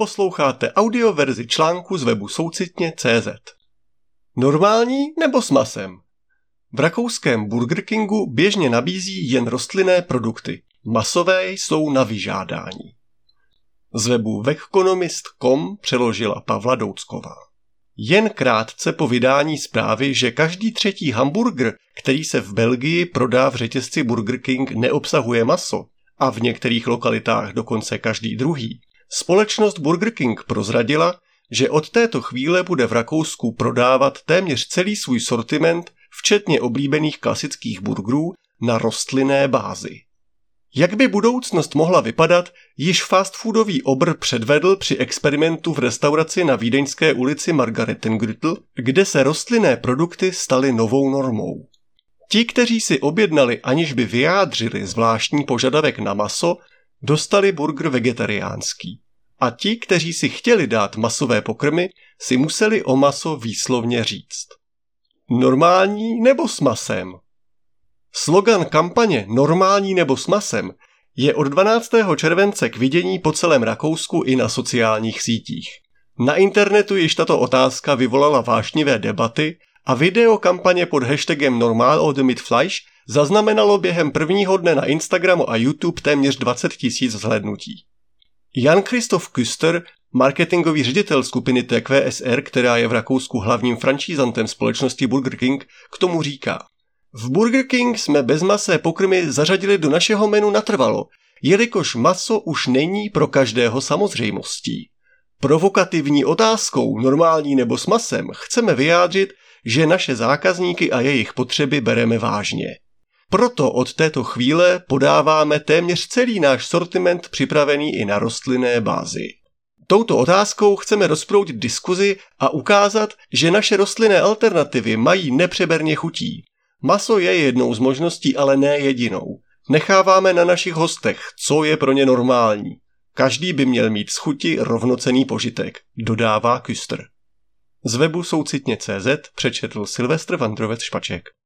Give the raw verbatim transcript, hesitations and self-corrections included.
Posloucháte audioverzi článku z webu soucitně tečka cé zet. Normální nebo s masem? V rakouském Burger Kingu běžně nabízí jen rostlinné produkty. Masové jsou na vyžádání. Z webu vegeconomist tečka com přeložila Pavla Doucková. Jen krátce po vydání zprávy, že každý třetí hamburger, který se v Belgii prodá v řetězci Burger King, neobsahuje maso, a v některých lokalitách dokonce každý druhý, společnost Burger King prozradila, že od této chvíle bude v Rakousku prodávat téměř celý svůj sortiment, včetně oblíbených klasických burgerů, na rostlinné bázi. Jak by budoucnost mohla vypadat, již fast foodový obr předvedl při experimentu v restauraci na Vídeňské ulici Margaretengürtel, kde se rostlinné produkty staly novou normou. Ti, kteří si objednali, aniž by vyjádřili zvláštní požadavek na maso, dostali burger vegetariánský. A ti, kteří si chtěli dát masové pokrmy, si museli o maso výslovně říct. Normální nebo s masem? Slogan kampaně Normální nebo s masem je od dvanáctého července k vidění po celém Rakousku i na sociálních sítích. Na internetu již tato otázka vyvolala vášnivé debaty a video kampaně pod hashtagem Normal oder mit Fleisch zaznamenalo během prvního dne na Instagramu a YouTube téměř dvacet tisíc vzhlédnutí. Jan-Christoph Küster, marketingový ředitel skupiny T Q S R, která je v Rakousku hlavním franšízantem společnosti Burger King, k tomu říká: V Burger King jsme bezmasé pokrmy zařadili do našeho menu natrvalo, jelikož maso už není pro každého samozřejmostí. Provokativní otázkou normální nebo s masem chceme vyjádřit, že naše zákazníky a jejich potřeby bereme vážně. Proto od této chvíle podáváme téměř celý náš sortiment připravený i na rostlinné bázi. Touto otázkou chceme rozproudit diskuzi a ukázat, že naše rostlinné alternativy mají nepřeberně chutí. Maso je jednou z možností, ale ne jedinou. Necháváme na našich hostech, co je pro ně normální. Každý by měl mít z chuti rovnocenný požitek, dodává Küster. Z webu soucitně tečka cé zet přečetl Silvestr Vandrovec Špaček.